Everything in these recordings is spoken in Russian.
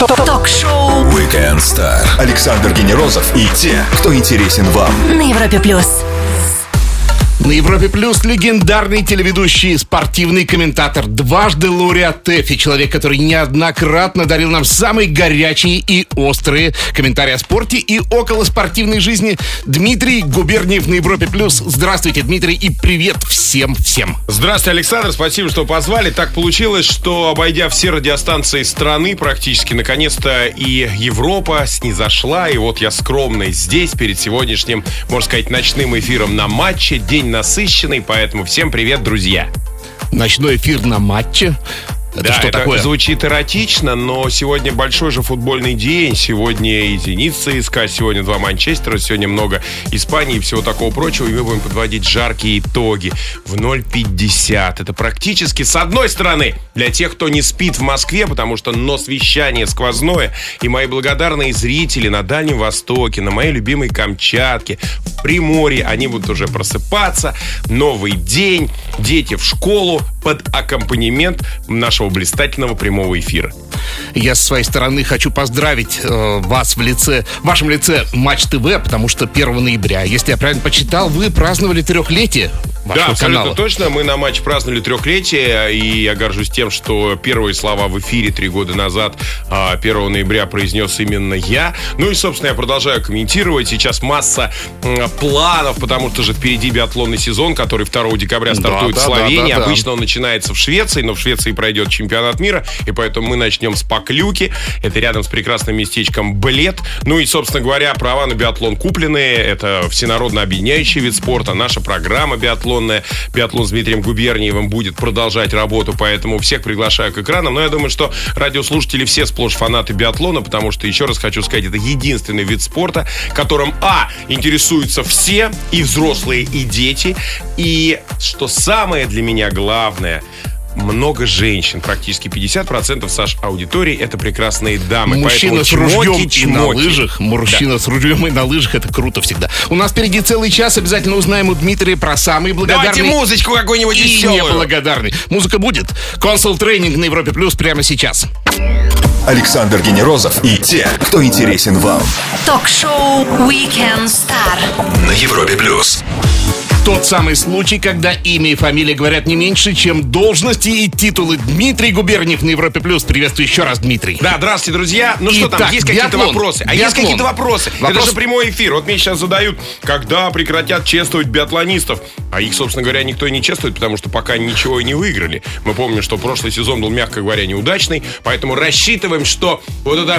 Ток-шоу Weekend Star. Александр Генерозов и те, кто интересен вам. на Европе плюс. На Европе Плюс легендарный телеведущий, спортивный комментатор, дважды лауреат ТЭФИ, человек, который неоднократно дарил нам самые горячие и острые комментарии о спорте и околоспортивной жизни. Дмитрий Губерниев на Европе Плюс. Здравствуйте, Дмитрий, и привет всем. Здравствуйте, Александр, спасибо, что позвали. Так получилось, что, обойдя все радиостанции страны, практически, наконец-то и Европа снизошла. И вот я скромный здесь, перед сегодняшним, можно сказать, ночным эфиром на матче. День насыщенный, поэтому всем привет, друзья. Ночной эфир на матче. Это что такое? Звучит эротично, но сегодня большой же футбольный день. Сегодня и «Зенит» ЦСКА, сегодня 2 Манчестера, сегодня много Испании и всего такого прочего. И мы будем подводить жаркие итоги в 0:50. Это практически, с одной стороны, для тех, кто не спит в Москве, потому что вещание сквозное. И мои благодарные зрители на Дальнем Востоке, на моей любимой Камчатке, в Приморье, они будут уже просыпаться. Новый день, дети в школу под аккомпанемент нашего блистательного прямого эфира. Я со своей стороны хочу поздравить вас в вашем лице Матч ТВ, потому что 1 ноября, если я правильно почитал, вы праздновали 3-летие вашего Да, абсолютно канала. точно. Мы на матч праздновали 3-летие, и я горжусь тем, что первые слова в эфире 3 года назад, 1 ноября, произнес именно я. Ну и, собственно, я продолжаю комментировать. Сейчас масса планов, потому что же впереди биатлонный сезон, который 2 декабря стартует в Словении. Да. Обычно он начинается в Швеции, но в Швеции пройдет чемпионат мира, и поэтому мы начнем с Поклюки. Это рядом с прекрасным местечком Блед. Ну и, собственно говоря, права на биатлон куплены. Это всенародно объединяющий вид спорта. Наша программа биатлонная, биатлон с Дмитрием Губерниевым, будет продолжать работу, поэтому всех приглашаю к экранам. Но я думаю, что радиослушатели все сплошь фанаты биатлона, потому что, еще раз хочу сказать, это единственный вид спорта, которым, интересуются все, и взрослые, и дети. И, что самое для меня главное, много женщин, практически 50% аудитории — это прекрасные дамы. Мужчина с поэтому ружьем и на чмоки. лыжах. Мужчина с ружьем и на лыжах — это круто всегда. У нас впереди целый час. Обязательно узнаем у Дмитрия про самые благодарные Давайте музычку какую-нибудь и веселую. неблагодарный. Музыка будет. Консул Тренинг на Европе Плюс прямо сейчас. Александр Генерозов и те, кто интересен вам. Ток-шоу Weekend Star На Европе Плюс. Тот самый случай, когда имя и фамилия говорят не меньше, чем должности и титулы. Дмитрий Губерниев на Европе Плюс. Приветствую еще раз, Дмитрий. Да, здравствуйте, друзья. Ну что там, Итак, есть какие-то биатлон. вопросы? Биатлон. Есть какие-то вопросы? Вопрос- Это же прямой эфир. Вот мне сейчас задают, когда прекратят чествовать биатлонистов. А их, собственно говоря, никто и не чествует, потому что пока ничего и не выиграли. Мы помним, что прошлый сезон был, мягко говоря, неудачный. Поэтому рассчитываем, что вот это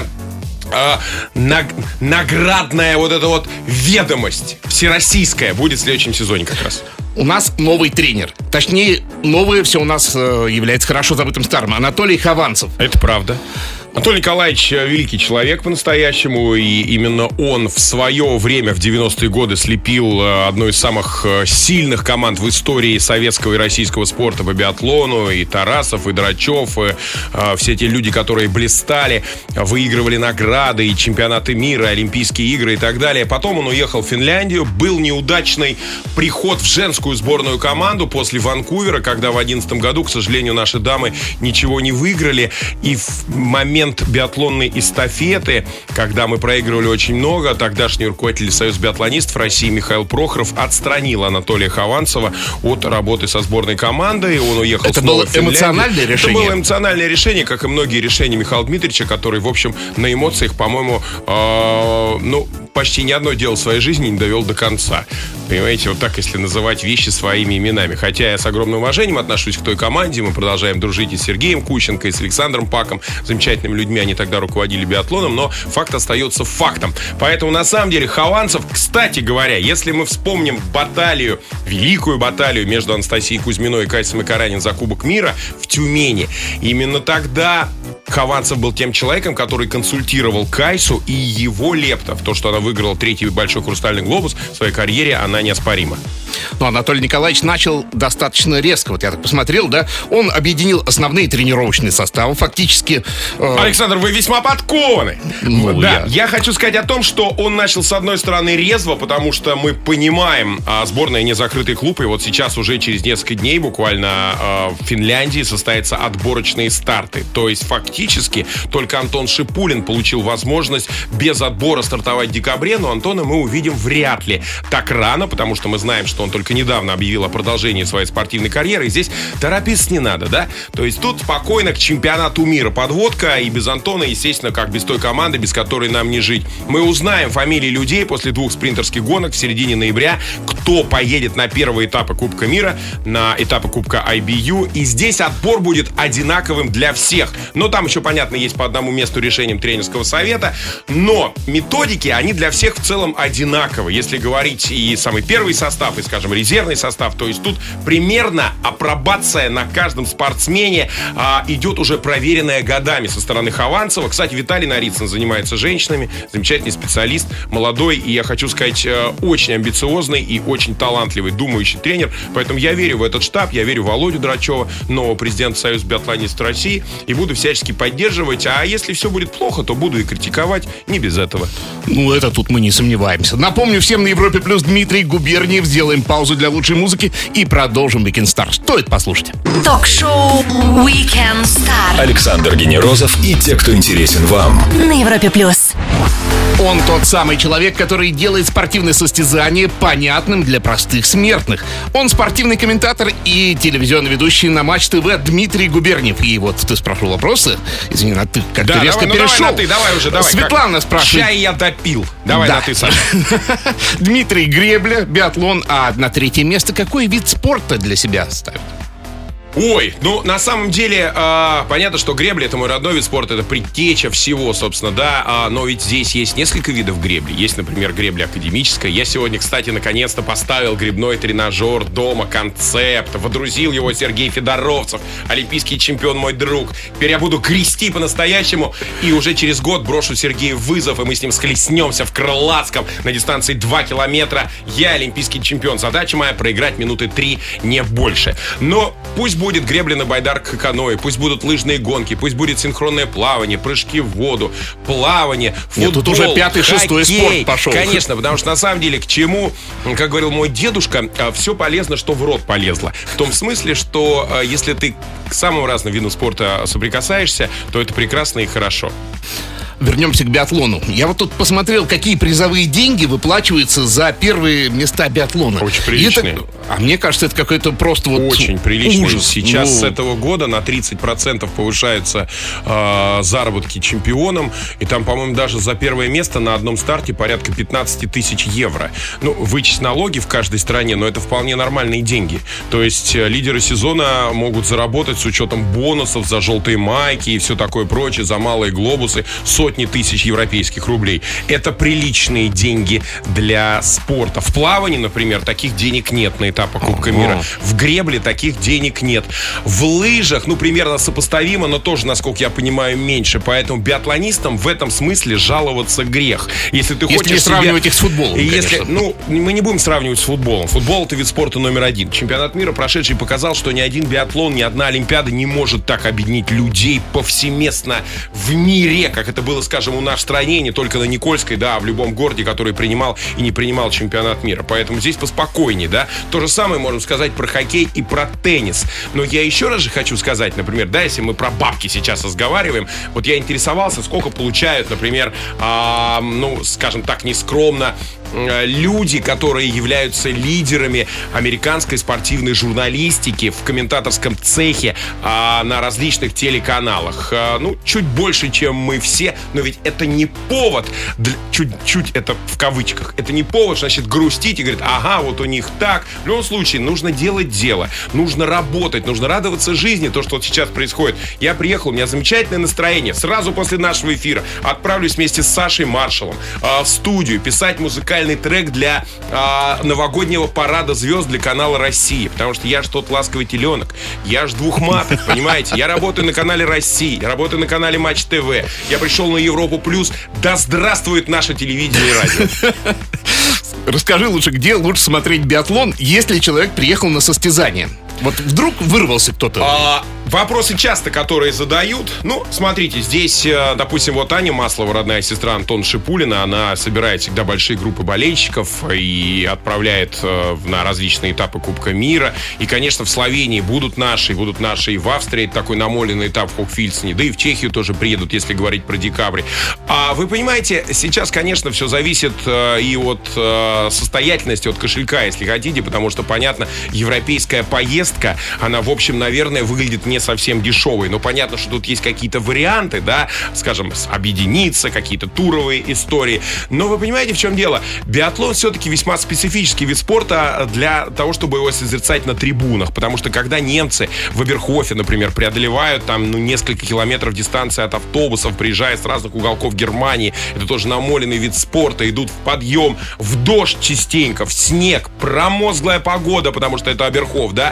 наградная вот эта вот ведомость всероссийская будет в следующем сезоне как раз. У нас новый тренер. Точнее, новое все у нас является хорошо забытым старым. Анатолий Хованцев. Это правда. Анатолий Николаевич великий человек по-настоящему, и именно он в свое время, в 90-е годы, слепил одну из самых сильных команд в истории советского и российского спорта по биатлону. И Тарасов, и Драчев, и все те люди, которые блистали, выигрывали награды, и чемпионаты мира, Олимпийские игры и так далее. Потом он уехал в Финляндию. Был неудачный приход в женскую сборную команду после Ванкувера, когда в 2011 году, к сожалению, наши дамы ничего не выиграли. И в момент биатлонной эстафеты, когда мы проигрывали очень много, тогдашний руководитель Союза биатлонистов России Михаил Прохоров отстранил Анатолия Хованцева от работы со сборной командой. Он уехал Это снова было в Финляндию. эмоциональное решение? Это было эмоциональное решение, как и многие решения Михаила Дмитриевича, который, в общем, на эмоциях, по-моему, почти ни одно дело в своей жизни не довел до конца. Понимаете, вот так, если называть вещи своими именами. Хотя я с огромным уважением отношусь к той команде. Мы продолжаем дружить и с Сергеем Кущенко, и с Александром Паком. Замечательными людьми, они тогда руководили биатлоном. Но факт остается фактом. Поэтому, на самом деле, Хованцев, кстати говоря, если мы вспомним баталию, великую баталию между Анастасией Кузьминой и Катей Макаранин за Кубок мира в Тюмени, именно тогда Хованцев был тем человеком, который консультировал Кайсу, и его лепта в то, что она выиграла 3-й большой хрустальный глобус в своей карьере, она неоспорима. Но Анатолий Николаевич начал достаточно резко. Вот я так посмотрел, да? Он объединил основные тренировочные составы. Фактически... Александр, вы весьма подкованы. Ну, да, я хочу сказать о том, что он начал, с одной стороны, резво, потому что мы понимаем, сборная не закрытый клуб, и вот сейчас уже через несколько дней буквально в Финляндии состоятся отборочные старты. То есть фактически фактически только Антон Шипулин получил возможность без отбора стартовать в декабре, но Антона мы увидим вряд ли так рано, потому что мы знаем, что он только недавно объявил о продолжении своей спортивной карьеры, и здесь торопиться не надо, да? То есть тут спокойно к чемпионату мира подводка, и без Антона, естественно, как без той команды, без которой нам не жить. Мы узнаем фамилии людей после 2 спринтерских гонок в середине ноября, кто поедет на первые этапы Кубка мира, на этапы Кубка IBU, и здесь отбор будет одинаковым для всех. Но там еще, понятно, есть по одному месту решением тренерского совета, но методики, они для всех в целом одинаковы. Если говорить и самый первый состав, и, скажем, резервный состав, то есть тут примерно апробация на каждом спортсмене идет уже проверенная годами со стороны Хованцева. Кстати, Виталий Нарицын занимается женщинами, замечательный специалист, молодой, и я хочу сказать, очень амбициозный и очень талантливый, думающий тренер. Поэтому я верю в этот штаб, я верю в Володю Драчева, нового президента Союза биатлонистов России, и буду всячески поддерживать. А если все будет плохо, то буду и критиковать, не без этого. Ну, это тут мы не сомневаемся. Напомню всем, на Европе Плюс Дмитрий Губерниев. Сделаем паузу для лучшей музыки и продолжим Weekend Star. Стоит послушать. Ток-шоу Weekend Star Александр Генерозов и те, кто интересен вам. на Европе Плюс. Он тот самый человек, который делает спортивное состязание понятным для простых смертных. Он спортивный комментатор и телевизионный ведущий на Матч ТВ Дмитрий Губерниев. И вот ты спрашивал вопросы. Извини, на ты как-то Да, резко давай, перешел. давай на ты, давай уже, давай. Светлана спрашивает. Чай я допил. Давай Да. на ты, Саша. Дмитрий, гребля, биатлон, а на 3-е место какой вид спорта для себя ставит? Ой, ну на самом деле понятно, что гребля — это мой родной вид спорта, это предтеча всего, собственно, да, но ведь здесь есть несколько видов гребли. Есть, например, гребля академическая. Я сегодня, кстати, наконец-то поставил гребной тренажер дома, концепт, водрузил его Сергей Федоровцев, олимпийский чемпион, мой друг. Теперь я буду грести по-настоящему, и уже через год брошу Сергею вызов, и мы с ним схлестнемся в Крылатском на дистанции 2 километра. Я олимпийский чемпион. Задача моя — проиграть минуты 3, не больше. Но пусть будет гребля на байдарках и каноэ, пусть будут лыжные гонки, пусть будет синхронное плавание, прыжки в воду, плавание, футбол, Нет, тут уже 5-й, 6-й спорт пошел. Конечно, потому что на самом деле к чему, как говорил мой дедушка, все полезно, что в рот полезло. В том смысле, что если ты к самым разным видам спорта соприкасаешься, то это прекрасно и хорошо. Вернемся к биатлону. Я вот тут посмотрел, какие призовые деньги выплачиваются за первые места биатлона. Очень приличные. А мне кажется, это какой-то просто вот Очень приличный. ужас. Сейчас Ну, с этого года на 30% повышаются заработки чемпионам. И там, по-моему, даже за первое место на одном старте порядка 15 тысяч евро. Ну, вычесть налоги в каждой стране, но это вполне нормальные деньги. То есть лидеры сезона могут заработать с учетом бонусов за желтые майки и все такое прочее, за малые глобусы, сотни тысяч европейских рублей. Это приличные деньги для спорта. В плавании, например, таких денег нет на этапах Кубка мира. В гребле таких денег нет. В лыжах, ну, примерно сопоставимо, но тоже, насколько я понимаю, меньше. Поэтому биатлонистам в этом смысле жаловаться грех. Если ты Если хочешь не сравнивать их с футболом, Если, конечно. ну, мы не будем сравнивать с футболом. Футбол — это вид спорта номер 1. Чемпионат мира прошедший показал, что ни один биатлон, ни одна олимпиада не может так объединить людей повсеместно в мире, как это было, скажем, у нас в стране, не только на Никольской, да, а в любом городе, который принимал и не принимал чемпионат мира. Поэтому здесь поспокойнее, да. То же самое можем сказать про хоккей и про теннис. Но я еще раз же хочу сказать, например, да, если мы про бабки сейчас разговариваем, вот я интересовался, сколько получают, например, ну, скажем так, нескромно, люди, которые являются лидерами американской спортивной журналистики в комментаторском цехе на различных телеканалах. Ну, чуть больше, чем мы все, но ведь это не повод, чуть-чуть это в кавычках, это не повод, значит, грустить и говорить, ага, вот у них так. В любом случае, нужно делать дело, нужно работать, нужно радоваться жизни, то, что вот сейчас происходит. Я приехал, у меня замечательное настроение. Сразу после нашего эфира отправлюсь вместе с Сашей Маршалом в студию писать музыкальный трек для новогоднего парада звезд для канала «Россия». Потому что я ж тот ласковый теленок, я ж двухматых, понимаете? Я работаю на канале «Россия», я работаю на канале Матч ТВ, я пришел на Европу Плюс. Да здравствует наше телевидение и радио. Расскажи лучше, где лучше смотреть биатлон, если человек приехал на состязание? Вот вдруг вырвался кто-то. Вопросы часто, которые задают. Ну, смотрите, здесь, допустим, вот Аня Маслова, родная сестра Антона Шипулина, она собирает всегда большие группы болельщиков и отправляет на различные этапы Кубка мира. И, конечно, в Словении будут наши и в Австрии такой намоленный этап в Хокфильсене, да и в Чехию тоже приедут, если говорить про декабрь. А вы понимаете, сейчас, конечно, все зависит и от состоятельности, от кошелька, если хотите, потому что, понятно, европейская поездка, она, в общем, наверное, выглядит не совсем дешевой. Но понятно, что тут есть какие-то варианты, да, скажем, объединиться, какие-то туровые истории. Но вы понимаете, в чем дело? Биатлон все-таки весьма специфический вид спорта для того, чтобы его созерцать на трибунах. Потому что когда немцы в Эберхофе, например, преодолевают там несколько километров дистанции от автобусов, приезжая с разных уголков Германии, это тоже намоленный вид спорта, идут в подъем, в дождь частенько, в снег, промозглая погода, потому что это Эберхоф, да.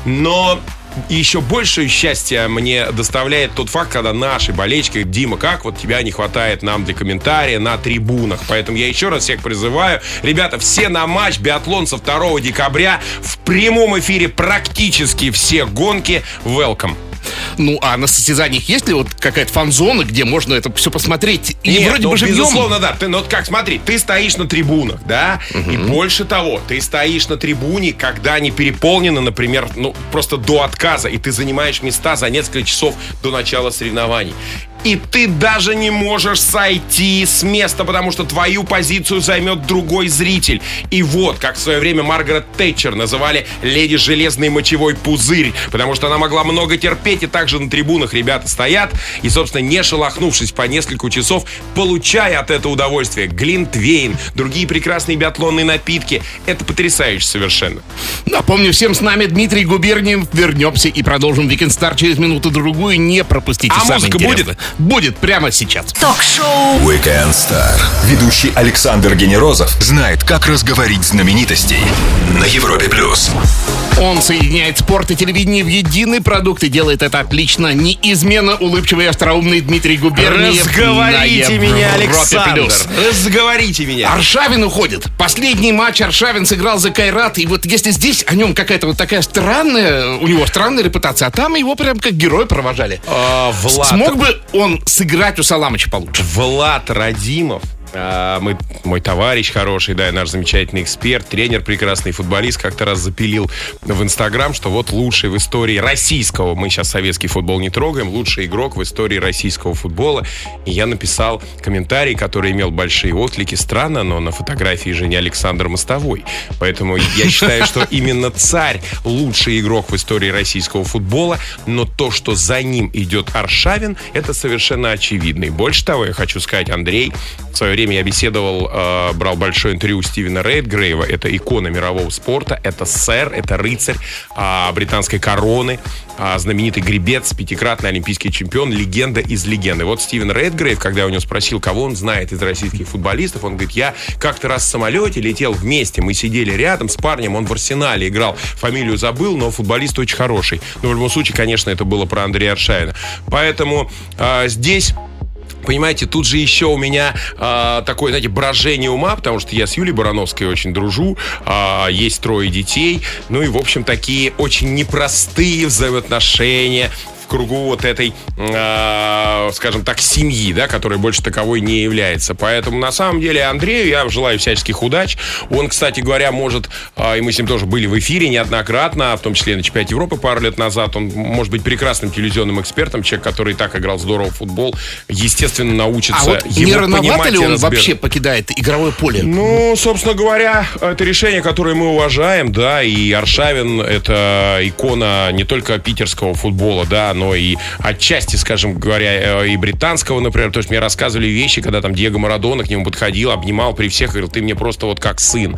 Но и еще большее счастье мне доставляет тот факт, когда наши болельщики: Дима, как вот тебя не хватает нам для комментария на трибунах. Поэтому я еще раз всех призываю, ребята, все на матч биатлон со 2 декабря в прямом эфире практически все гонки. Welcome. Ну, а на состязаниях есть ли вот какая-то фан-зона, где можно это все посмотреть? И нет, вроде бы живьем. Безусловно, да. Ты, вот как, смотри, ты стоишь на трибунах, да? И больше того, ты стоишь на трибуне, когда они переполнены, например, просто до отказа, и ты занимаешь места за несколько часов до начала соревнований. И ты даже не можешь сойти с места, потому что твою позицию займет другой зритель. И вот, как в свое время Маргарет Тэтчер называли леди железный мочевой пузырь, потому что она могла много терпеть, и также на трибунах ребята стоят и, собственно, не шелохнувшись по несколько часов, получая от этого удовольствие. Глинтвейн, другие прекрасные биатлонные напитки. Это потрясающе совершенно. Напомню всем, с нами Дмитрий Губерниев. Вернемся и продолжим Weekend Star через минуту-другую. Не пропустите самое музыка интересное. Будет? Будет прямо сейчас. Ток-шоу Weekend Star. Ведущий Александр Генерозов знает, как разговорить знаменитостей на Европе+. Он соединяет спорт и телевидение в единый продукт и делает это отлично. Неизменно улыбчивый и остроумный Дмитрий Губерниев. Разговорите меня, Александр. Разговорите меня. Аршавин уходит. Последний матч Аршавин сыграл за Кайрат. И вот если здесь о нем какая-то вот такая странная, у него странная репутация, а там его прям как героя провожали. Влад. Смог бы он сыграть у Саламыча получше? Влад Радимов, мой товарищ хороший, да, и наш замечательный эксперт, тренер, прекрасный футболист, как-то раз запилил в Инстаграм, что вот лучший в истории российского, мы сейчас советский футбол не трогаем, лучший игрок в истории российского футбола. И я написал комментарий, который имел большие отклики. Странно, но на фотографии же не Александр Мостовой. Поэтому я считаю, что именно царь лучший игрок в истории российского футбола, но то, что за ним идет Аршавин, это совершенно очевидно. И больше того, я хочу сказать, Андрей, в свое время я беседовал, брал большое интервью у Стивена Рейдгрейва. Это икона мирового спорта, это сэр, это рыцарь британской короны, знаменитый гребец, 5-кратный олимпийский чемпион, легенда из легенды. Вот Стивен Рейдгрейв, когда я у него спросил, кого он знает из российских футболистов, он говорит: я как-то раз в самолете летел вместе, мы сидели рядом с парнем, он в Арсенале играл, фамилию забыл, но футболист очень хороший. Но в любом случае, конечно, это было про Андрея Аршавина. Поэтому здесь... Понимаете, тут же еще у меня такое, знаете, брожение ума, потому что я с Юлией Барановской очень дружу, есть 3 детей, ну и, в общем, такие очень непростые взаимоотношения в кругу вот этой, скажем так, семьи, да, которая больше таковой не является. Поэтому, на самом деле, Андрею я желаю всяческих удач. Он, кстати говоря, может, и мы с ним тоже были в эфире неоднократно, в том числе на чемпионате Европы пару лет назад. Он может быть прекрасным телевизионным экспертом, человек, который и так играл здорово в футбол, естественно, научится вот его не рановато понимать ли он и разбирать. вообще покидает игровое поле? Ну, собственно говоря, это решение, которое мы уважаем, да, и Аршавин — это икона не только питерского футбола, да, но и отчасти, скажем говоря, и британского, например. То есть мне рассказывали вещи, когда там Диего Марадона к нему подходил, обнимал при всех, говорил: ты мне просто вот как сын,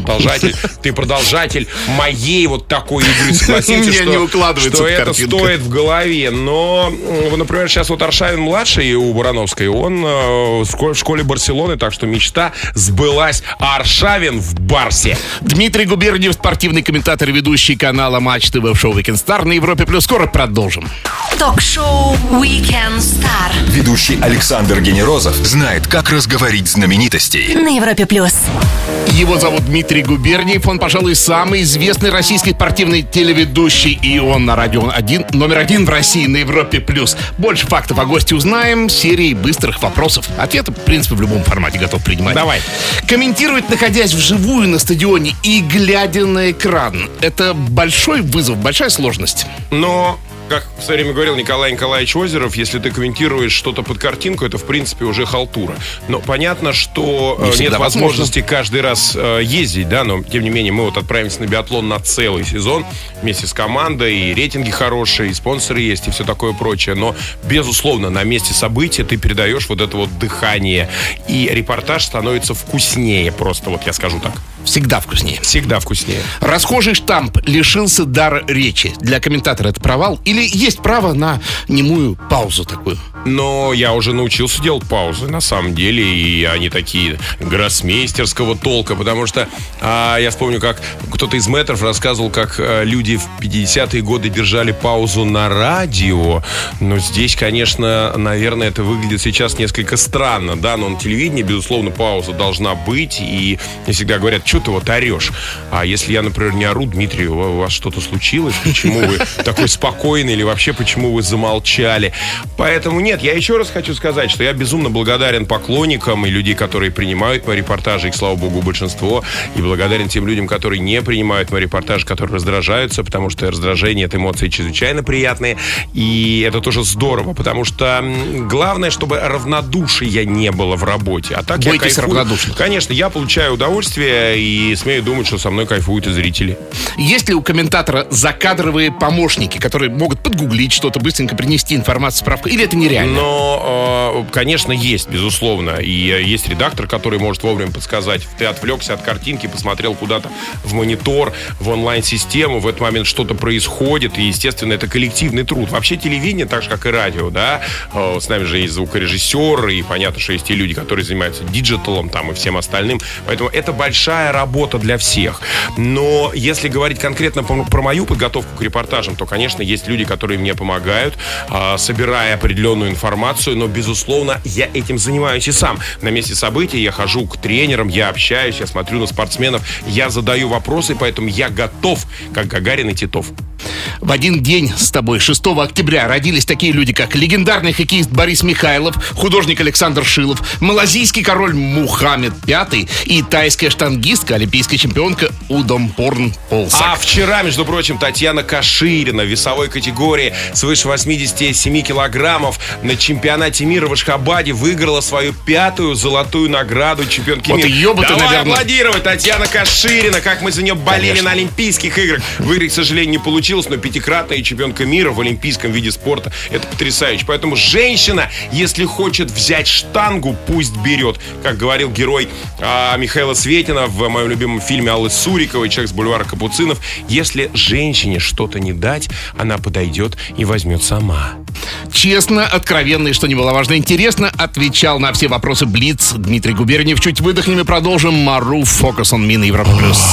ты продолжатель моей вот такой игры. Согласитесь, что это стоит в голове. Но, например, сейчас вот Аршавин младший у Барановской, он в школе Барселоны, так что мечта сбылась. Аршавин в Барсе. Дмитрий Губерниев, спортивный комментатор и ведущий канала Матч ТВ в шоу Weekend Star на Европе+. Скоро продолжим. Ток-шоу Weekend Star Ведущий Александр Генерозов знает, как разговорить знаменитостей. на Европе+. Его зовут Дмитрий Губерниев. Он, пожалуй, самый известный российский спортивный телеведущий. И он на радио 1, номер 1 в России на Европе+. Больше фактов о госте узнаем серией быстрых вопросов. Ответы, в принципе, в любом формате готов принимать. Давай. Комментировать, находясь вживую на стадионе и глядя на экран, это большой вызов, большая сложность. Но, как в свое время говорил Николай Николаевич Озеров, если ты комментируешь что-то под картинку, это, в принципе, уже халтура. Но понятно, что нет возможности каждый раз ездить, да, но, тем не менее, мы вот отправимся на биатлон на целый сезон вместе с командой, и рейтинги хорошие, и спонсоры есть, и все такое прочее. Но, безусловно, на месте события ты передаешь вот это вот дыхание, и репортаж становится вкуснее, просто вот я скажу так. Всегда вкуснее. Всегда вкуснее. Расхожий штамп лишился дара речи. Для комментатора это провал? Или есть право на немую паузу такую? Но я уже научился делать паузы, на самом деле, и они такие гроссмейстерского толка, потому что я вспомню, как кто-то из мэтров рассказывал, как люди в 50-е годы держали паузу на радио, но здесь, конечно, наверное, это выглядит сейчас несколько странно, да, но на телевидении, безусловно, пауза должна быть, и мне всегда говорят, что ты вот орешь, а если я, например, не ору, Дмитрий, у вас что-то случилось, почему вы такой спокойный, или вообще почему вы замолчали, поэтому нет, я еще раз хочу сказать, что я безумно благодарен поклонникам и людей, которые принимают мои репортажи, их, слава богу, большинство, и благодарен тем людям, которые не принимают мои репортажи, которые раздражаются, потому что раздражение — это эмоции чрезвычайно приятные, и это тоже здорово, потому что главное, чтобы равнодушия не было в работе. А так я кайфую. Равнодушных. Конечно, я получаю удовольствие и смею думать, что со мной кайфуют и зрители. Есть ли у комментатора закадровые помощники, которые могут подгуглить что-то, быстренько принести информацию, справку, или это нереально? Но, конечно, есть, безусловно. И есть редактор, который может вовремя подсказать. Ты отвлекся от картинки, посмотрел куда-то в монитор, в онлайн-систему. В этот момент что-то происходит. И, естественно, это коллективный труд. Вообще телевидение, так же, как и радио, да. С нами же есть звукорежиссер. И понятно, что есть те люди, которые занимаются диджиталом там и всем остальным. Поэтому это большая работа для всех. Но если говорить конкретно про мою подготовку к репортажам, то, конечно, есть люди, которые мне помогают, собирая определенную информацию, но, безусловно, я этим занимаюсь и сам. На месте событий я хожу к тренерам, я общаюсь, я смотрю на спортсменов, я задаю вопросы, поэтому я готов, как Гагарин и Титов. В один день с тобой, 6 октября, родились такие люди, как легендарный хоккеист Борис Михайлов, художник Александр Шилов, малазийский король Мухаммед V и тайская штангистка, олимпийская чемпионка Удомпорн Полсак. А вчера, между прочим, Татьяна Каширина в весовой категории свыше 87 килограммов на чемпионате мира в Ашхабаде выиграла свою 5-ю золотую награду чемпионки мира. Ее бы Давай ты, наверное... аплодировать, Татьяна Каширина, как мы за нее болели. Конечно. На Олимпийских играх. Выиграть, к сожалению, не получилось, но 5-кратная чемпионка мира в олимпийском виде спорта. Это потрясающе. Поэтому женщина, если хочет взять штангу, пусть берет. Как говорил герой Михаила Светина в моем любимом фильме Аллы Суриковой «Человек с бульвара Капуцинов», если женщине что-то не дать, она подойдет и возьмет сама. Честно, откровенно и, что немаловажно, интересно отвечал на все вопросы Блиц Дмитрий Губерниев. Чуть выдохнем и продолжим. Маруф, Focus on Me на Европе+.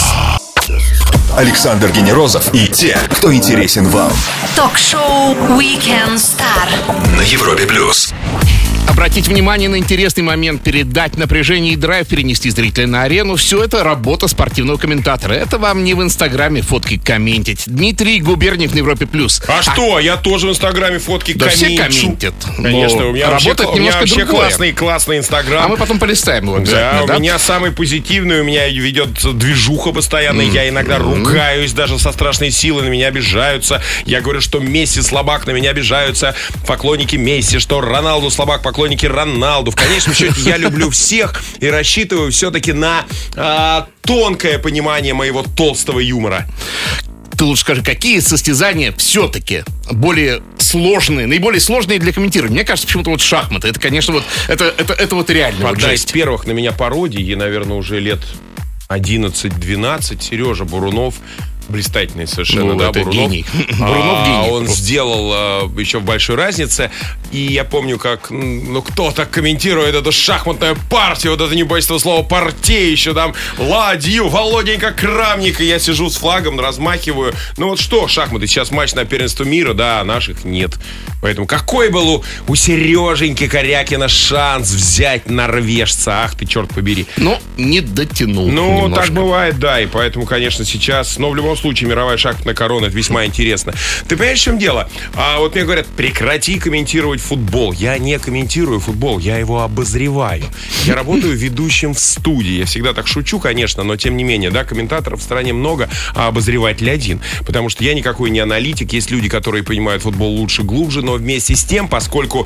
Александр Генерозов и те, кто интересен вам. Ток-шоу Weekend Star На Европе+. Обратить внимание на интересный момент, передать напряжение и драйв, перенести зрителя на арену — все это работа спортивного комментатора. Это вам не в Инстаграме фотки комментить. Дмитрий Губерниев на Европе+. Что? Я тоже в Инстаграме фотки да комментю. все комментят. Конечно, у меня вообще другое. классный Инстаграм. А мы потом полистаем его обязательно, да? У меня самый позитивный, у меня ведет движуха постоянно. Я иногда ругаюсь даже со страшной силой, на меня обижаются. Я говорю, что Месси слабак, на меня обижаются поклонники Месси, что Роналду слабак, поклонники Роналду. В конечном счете я люблю всех и рассчитываю все-таки на тонкое понимание моего толстого юмора. Ты лучше скажи, какие состязания все-таки более сложные, наиболее сложные для комментирования? Мне кажется, почему-то вот шахматы. Это, конечно, вот это вот реально. Одна из первых на меня пародий, ей, наверное, уже лет 11-12, Сережа Бурунов блистательный совершенно, Ну, да, это Бурунов. гений. Бурунов гений Он просто. сделал еще в большой разнице. И я помню, как, кто так комментирует эту шахматную партию, вот это не боюсь этого слова, партия еще там, ладью, Володенька Крамник, и я сижу с флагом, размахиваю. Ну вот что, шахматы, сейчас матч на первенство мира, да, а наших нет. Поэтому какой был у Сереженьки Корякина шанс взять норвежца? Ах ты, черт побери. Ну, не дотянул. Ну, немножко. так бывает, да, и поэтому, конечно, сейчас, но в любом случае, мировая шахматная корона, это весьма интересно. Ты понимаешь, в чем дело? Вот мне говорят, прекрати комментировать футбол. Я не комментирую футбол, я его обозреваю. Я работаю ведущим в студии. Я всегда так шучу, конечно, но тем не менее, да, комментаторов в стране много, а обозреватель один. Потому что я никакой не аналитик, есть люди, которые понимают футбол лучше, глубже, но вместе с тем, поскольку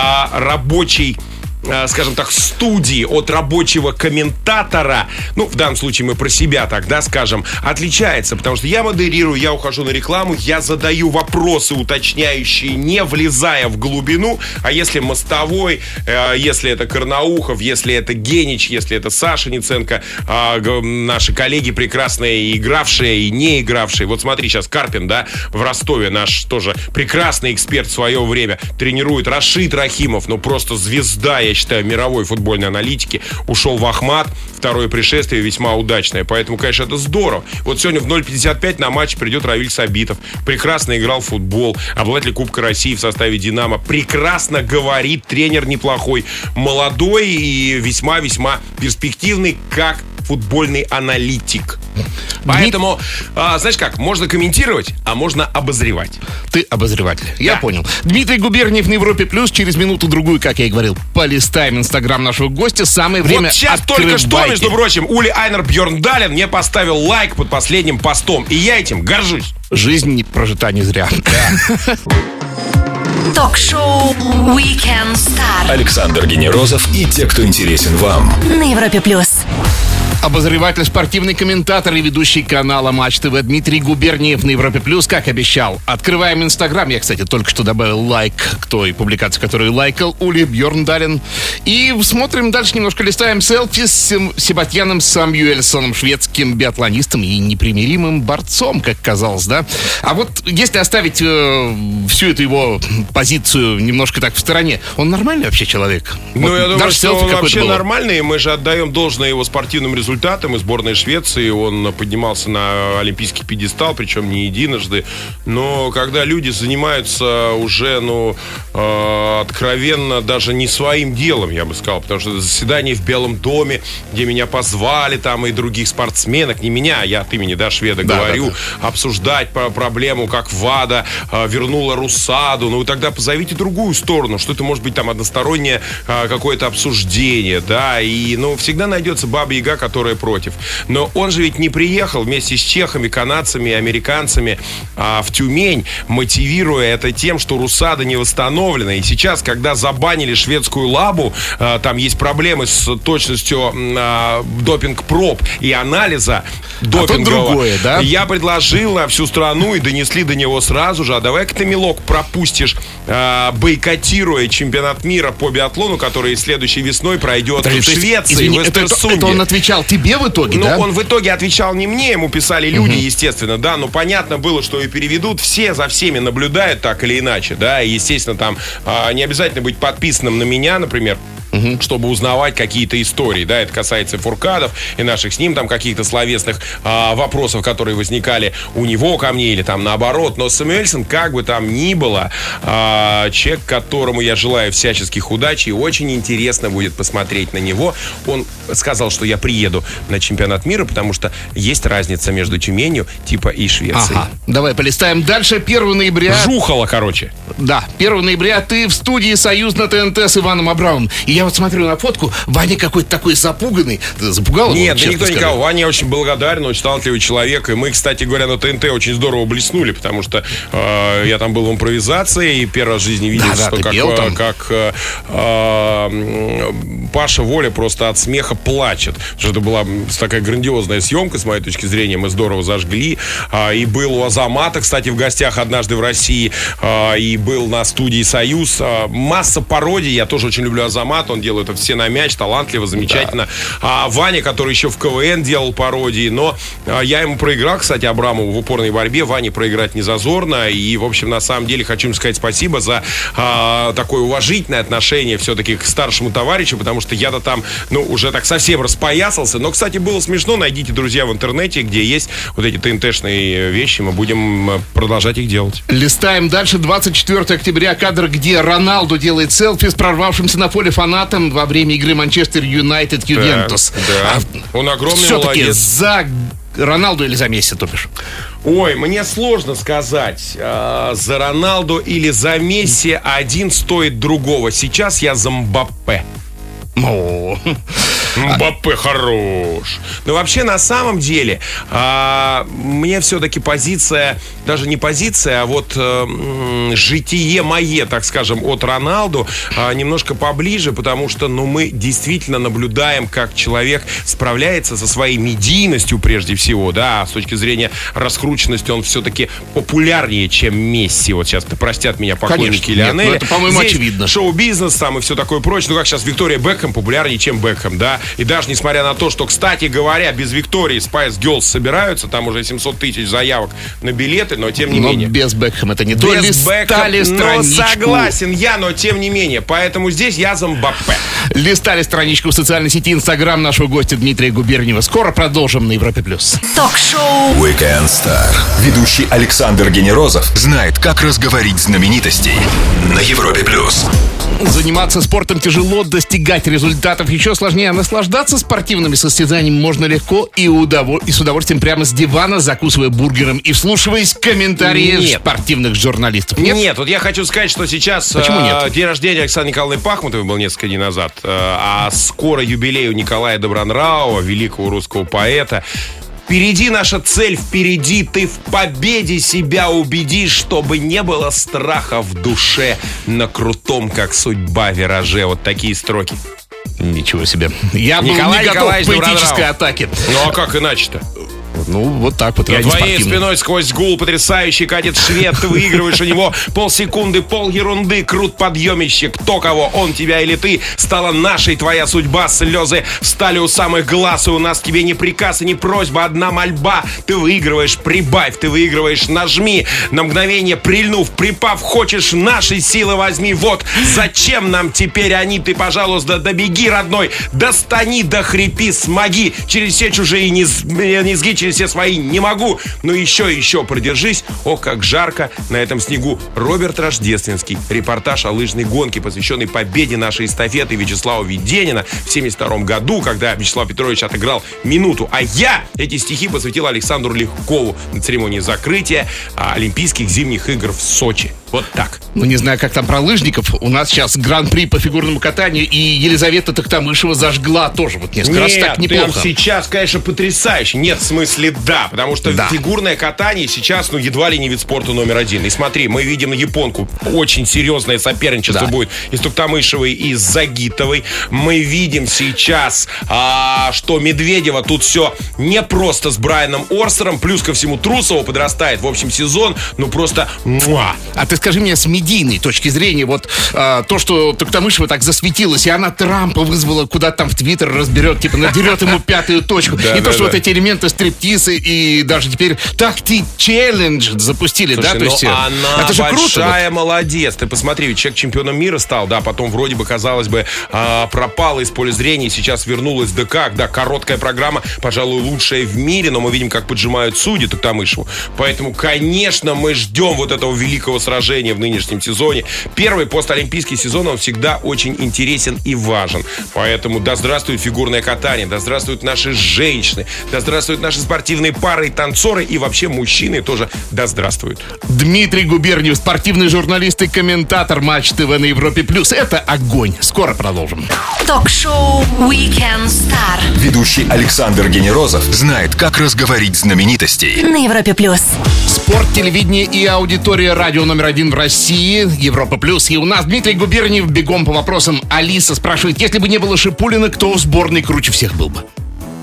рабочий, скажем так, студии от рабочего комментатора, ну, в данном случае мы про себя тогда скажем, отличается, потому что я модерирую, я ухожу на рекламу, я задаю вопросы уточняющие, не влезая в глубину, а если Мостовой, если это Карнаухов, если это Генич, если это Саша Ниценко, наши коллеги прекрасные, игравшие и не игравшие, вот смотри, сейчас Карпин, да, в Ростове, наш тоже прекрасный эксперт в свое время, тренирует Рашид Рахимов, ну, просто звезда, я считаю, мировой футбольной аналитики, ушел в Ахмат, второе пришествие весьма удачное, поэтому, конечно, это здорово. Вот сегодня в 0:55 на матч придет Равиль Сабитов, прекрасно играл в футбол, обладатель Кубка России в составе «Динамо», прекрасно говорит, тренер неплохой, молодой и весьма-весьма перспективный, как футбольный аналитик. Поэтому, знаешь как, можно комментировать, а можно обозревать. Ты обозреватель. Я Да. понял. Дмитрий Губерниев на Европе Плюс. Через минуту-другую, как я и говорил, полистаем инстаграм нашего гостя. Самое время Вот сейчас только что, открывайте. между прочим, Ули Айнер Бьерндален мне поставил лайк под последним постом, и я этим горжусь. Жизнь не прожита не зря. Ток-шоу Weekend Star Александр Генерозов и те, кто интересен вам. на Европе плюс. Обозреватель, спортивный комментатор и ведущий канала Матч ТВ Дмитрий Губерниев на Европе Плюс, как обещал. Открываем Инстаграм. Я, кстати, только что добавил лайк к той публикации, которую лайкал Ули Бьерндален. И смотрим дальше, немножко листаем селфи с Себастьяном Самюэльсоном, шведским биатлонистом и непримиримым борцом, как казалось, да? А вот если оставить всю эту его позицию немножко так в стороне, он нормальный вообще человек? Ну, Вот я думаю, даже что селфи он какое-то вообще было. нормальный, и мы же отдаем должное его спортивным результатам и сборной Швеции. Он поднимался на олимпийский пьедестал, причем не единожды. Но когда люди занимаются уже, откровенно даже не своим делом, я бы сказал, потому что заседание в Белом доме, где меня позвали, там и других спортсменок, не меня, я от имени, шведа Да, говорю, да. обсуждать проблему, как ВАДА вернула Русаду. Ну, тогда позовите другую сторону, что это может быть там одностороннее какое-то обсуждение, да, и, всегда найдется баба-яга, которая против. Но он же ведь не приехал вместе с чехами, канадцами, американцами в Тюмень, мотивируя это тем, что Русада не восстановлена. И сейчас, когда забанили шведскую лабу, там есть проблемы с точностью допинг-проб и анализа допингового. другое, да? Я предложил на всю страну и донесли до него сразу же, а давай-ка ты, милок, пропустишь, бойкотируя чемпионат мира по биатлону, который следующей весной пройдет Подожди, в то есть, Швеции, извини, в это Эстерсунде. он отвечал тебе в итоге, Ну, да? он в итоге отвечал не мне, ему писали люди, естественно, да, но понятно было, что и переведут, все за всеми наблюдают так или иначе, да, и, естественно, там не обязательно быть подписанным на меня, например, чтобы узнавать какие-то истории, да, это касается и Фуркадов, и наших с ним там каких-то словесных вопросов, которые возникали у него ко мне, или там наоборот, но Самюэльсон, как бы там ни было, человек, которому я желаю всяческих удач, и очень интересно будет посмотреть на него. Он сказал, что я приеду на чемпионат мира, потому что есть разница между Тюменью, типа, и Швецией. Ага, давай полистаем дальше. 1 ноября. Жухало, короче. Да, 1 ноября ты в студии «Союз» на ТНТ с Иваном Абрамовым. И я вот смотрю на фотку, Ваня какой-то такой запуганный. Ты запугал его? Нет, да честно никто скажу? никого. Ваня очень благодарен, очень талантливый человек. И мы, кстати говоря, на ТНТ очень здорово блеснули, потому что я там был в импровизации и первый раз в жизни видел, Да, что ты пел там. как Паша Воля просто от смеха плачет. Потому что это была такая грандиозная съемка, с моей точки зрения. Мы здорово зажгли. И был у Азамата, кстати, в гостях однажды в России. И был на студии «Союз». Масса пародий. Я тоже очень люблю Азамата. он делает это все на мяч, талантливо, замечательно. А Ваня, который еще в КВН делал пародии, но я ему проиграл, кстати, Абрамову в упорной борьбе. Ване проиграть не зазорно. И, в общем, на самом деле хочу им сказать спасибо за такое уважительное отношение все-таки к старшему товарищу, потому что я-то там, уже так совсем распоясался. Но, кстати, было смешно. Найдите, друзья, в интернете, где есть вот эти ТНТ-шные вещи. Мы будем продолжать их делать. Листаем дальше. 24 октября. Кадр, где Роналду делает селфи с прорвавшимся на поле фанатом во время игры Манчестер Юнайтед Ювентус. Да. Он огромный все-таки молодец. За Роналду или за Месси, то бишь? Ой, мне сложно сказать, за Роналду или за Месси. Один стоит другого. Сейчас я за Мбаппе. Мбаппе хорош. Но вообще, на самом деле, мне все-таки позиция, даже не позиция, а вот житие мое, так скажем, от Роналду немножко поближе, потому что, мы действительно наблюдаем, как человек справляется со своей медийностью, прежде всего, да, с точки зрения раскрученности он все-таки популярнее, чем Месси. Вот сейчас простят меня поклонники Лионеля. Это, по-моему, здесь очевидно. Шоу-бизнес там и все такое прочее. Как сейчас Виктория Бекхэм популярнее, чем Бекхэм, да. И даже несмотря на то, что, кстати говоря, без Виктории Spice Girls собираются, там уже 700 тысяч заявок на билеты, но тем не менее. без Бекхэма это не то. Листали страничку. Согласен я, но тем не менее. Поэтому здесь я за Мбаппе. Листали страничку в социальной сети Инстаграм нашего гостя Дмитрия Губерниева. Скоро продолжим на Европе+. Ток-шоу Weekend Star. Ведущий Александр Генерозов знает, как разговорить знаменитостей на Европе+. Заниматься спортом тяжело, достигать результатов еще сложнее. Наслаждаться спортивными состязаниями можно легко и с удовольствием прямо с дивана, закусывая бургером и вслушиваясь в комментарии спортивных журналистов. Нет, вот я хочу сказать, что сейчас день рождения Александры Николаевны Пахмутовой был несколько дней назад, а скоро юбилей у Николая Добронравова, великого русского поэта. Впереди наша цель, впереди ты в победе себя убедишь, чтобы не было страха в душе на крутом, как судьба, вираже. Вот такие строки. Ничего себе. Я был Николай не готов к Николаевич поэтической атаке. Ну а как иначе-то? Вот так вот. За твоей спиной сквозь гул потрясающий катит швед. Ты выигрываешь у него полсекунды, пол ерунды. Крут подъемище. Кто кого, он тебя или ты? Стала нашей твоя судьба. Слезы встали у самых глаз. И у нас к тебе не приказ и не просьба, одна мольба. Ты выигрываешь, прибавь. Ты выигрываешь, нажми. На мгновение прильнув, припав, хочешь нашей силы возьми. Вот зачем нам теперь они? Ты, пожалуйста, добеги, родной. Достани, дохрипи, смоги. Через все чужие низги, через все свои не могу. Но еще продержись. О, как жарко на этом снегу. Роберт Рождественский. Репортаж о лыжной гонке, посвященной победе нашей эстафеты Вячеслава Веденина в 1972 году, когда Вячеслав Петрович отыграл минуту. А я эти стихи посвятил Александру Легкову на церемонии закрытия Олимпийских зимних игр в Сочи. Вот так. Не знаю, как там про лыжников. У нас сейчас гран-при по фигурному катанию, и Елизавета Тохтамышева зажгла тоже вот несколько раз. Так неплохо. Нет, сейчас, конечно, потрясающе. Нет, в смысле, да. Потому что фигурное катание сейчас, едва ли не вид спорта номер один. И смотри, мы видим японку. Очень серьезное соперничество будет и с Тохтамышевой, и с Загитовой. Мы видим сейчас, что Медведева тут все не просто с Брайаном Орстером. Плюс ко всему Трусова подрастает. В общем, сезон, просто муа. А ты скажи мне с медийной точки зрения, то, что Тохтамышева так засветилась, и она Трампа вызвала куда-то там в Твиттер, надерет ему пятую точку. И то, что вот эти элементы стриптиза и даже теперь такти-челлендж запустили, слушай, то есть она это же большая круто. молодец. Ты посмотри, ведь человек чемпионом мира стал, потом вроде бы, казалось бы, пропала из поля зрения, сейчас вернулась как, короткая программа, пожалуй, лучшая в мире, но мы видим, как поджимают судьи Тохтамышеву. Поэтому, конечно, мы ждем вот этого великого сражения в нынешнем сезоне. Первый постолимпийский сезон, он всегда очень интересен и важен. Поэтому да здравствует фигурное катание, да здравствуют наши женщины, да здравствуют наши спортивные пары и танцоры, и вообще мужчины тоже да здравствуют. Дмитрий Губерниев, спортивный журналист и комментатор Матч ТВ на Европе+. Это огонь. Скоро продолжим. Ток-шоу Weekend Star. Ведущий Александр Генерозов знает, как разговорить знаменитостей На Европе+. Спорт, телевидение и аудитория радио номер один в России, Европа+. И у нас Дмитрий Губерниев, бегом по вопросам. Алиса спрашивает, если бы не было Шипулина, кто в сборной круче всех был бы?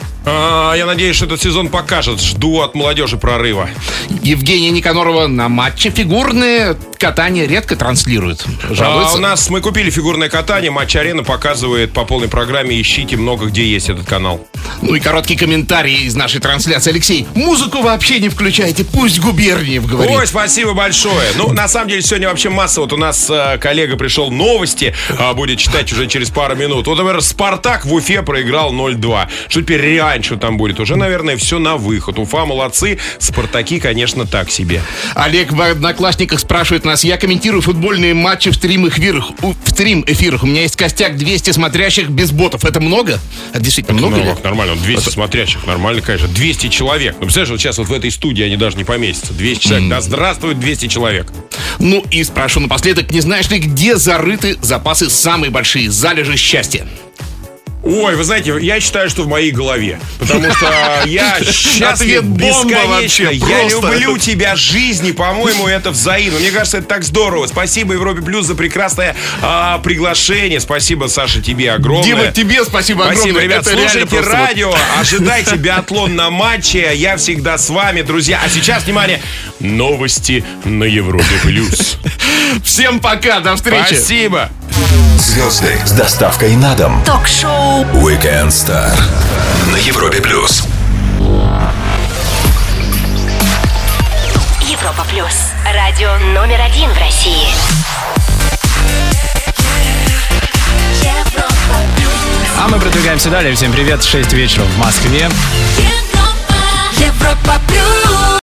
Я надеюсь, что этот сезон покажет. Жду от молодежи прорыва. Евгения Никанорова на матче фигурные. катание редко транслируют. У нас мы купили фигурное катание, Матч-Арена показывает по полной программе, ищите, много где есть этот канал. Ну и короткий комментарий из нашей трансляции. Алексей, музыку вообще не включайте, пусть Губерниев говорит. Ой, спасибо большое. Ну, на самом деле, сегодня вообще масса. Вот у нас коллега пришел, новости будет читать уже через пару минут. Вот, например, «Спартак» в Уфе проиграл 0-2. Что теперь реально, что там будет? Уже, наверное, все на выход. Уфа молодцы, «Спартаки», конечно, так себе. Олег в Одноклассниках спрашивает нас: я комментирую футбольные матчи в стрим-эфирах. У меня есть костяк 200 смотрящих без ботов. Это много? Это действительно много? Ну, нормально, 200 смотрящих, нормально, конечно. 200 человек. Ну, представляешь, вот сейчас вот в этой студии они даже не поместятся. 200 человек. Да здравствует 200 человек. Ну и спрашиваю напоследок, не знаешь ли, где зарыты запасы самые большие залежи счастья? Ой, вы знаете, я считаю, что в моей голове. Потому что я счастлив бесконечно. Я люблю тебя, жизнь, и, по-моему, это взаимно. Мне кажется, это так здорово. Спасибо Европе Плюс за прекрасное приглашение. Спасибо, Саша, тебе огромное. Дима, тебе спасибо огромное. Спасибо, ребят. Это слушайте радио, ожидайте биатлон на матче. Я всегда с вами, друзья. А сейчас, внимание, новости на Европе Плюс. Всем пока, до встречи. Спасибо. Звезды с доставкой на дом. Ток-шоу Weekend Star на Европе Плюс. Европа Плюс. Радио номер 1 в России. А мы продвигаемся далее. Всем привет. 6 вечера в Москве. Европа Плюс.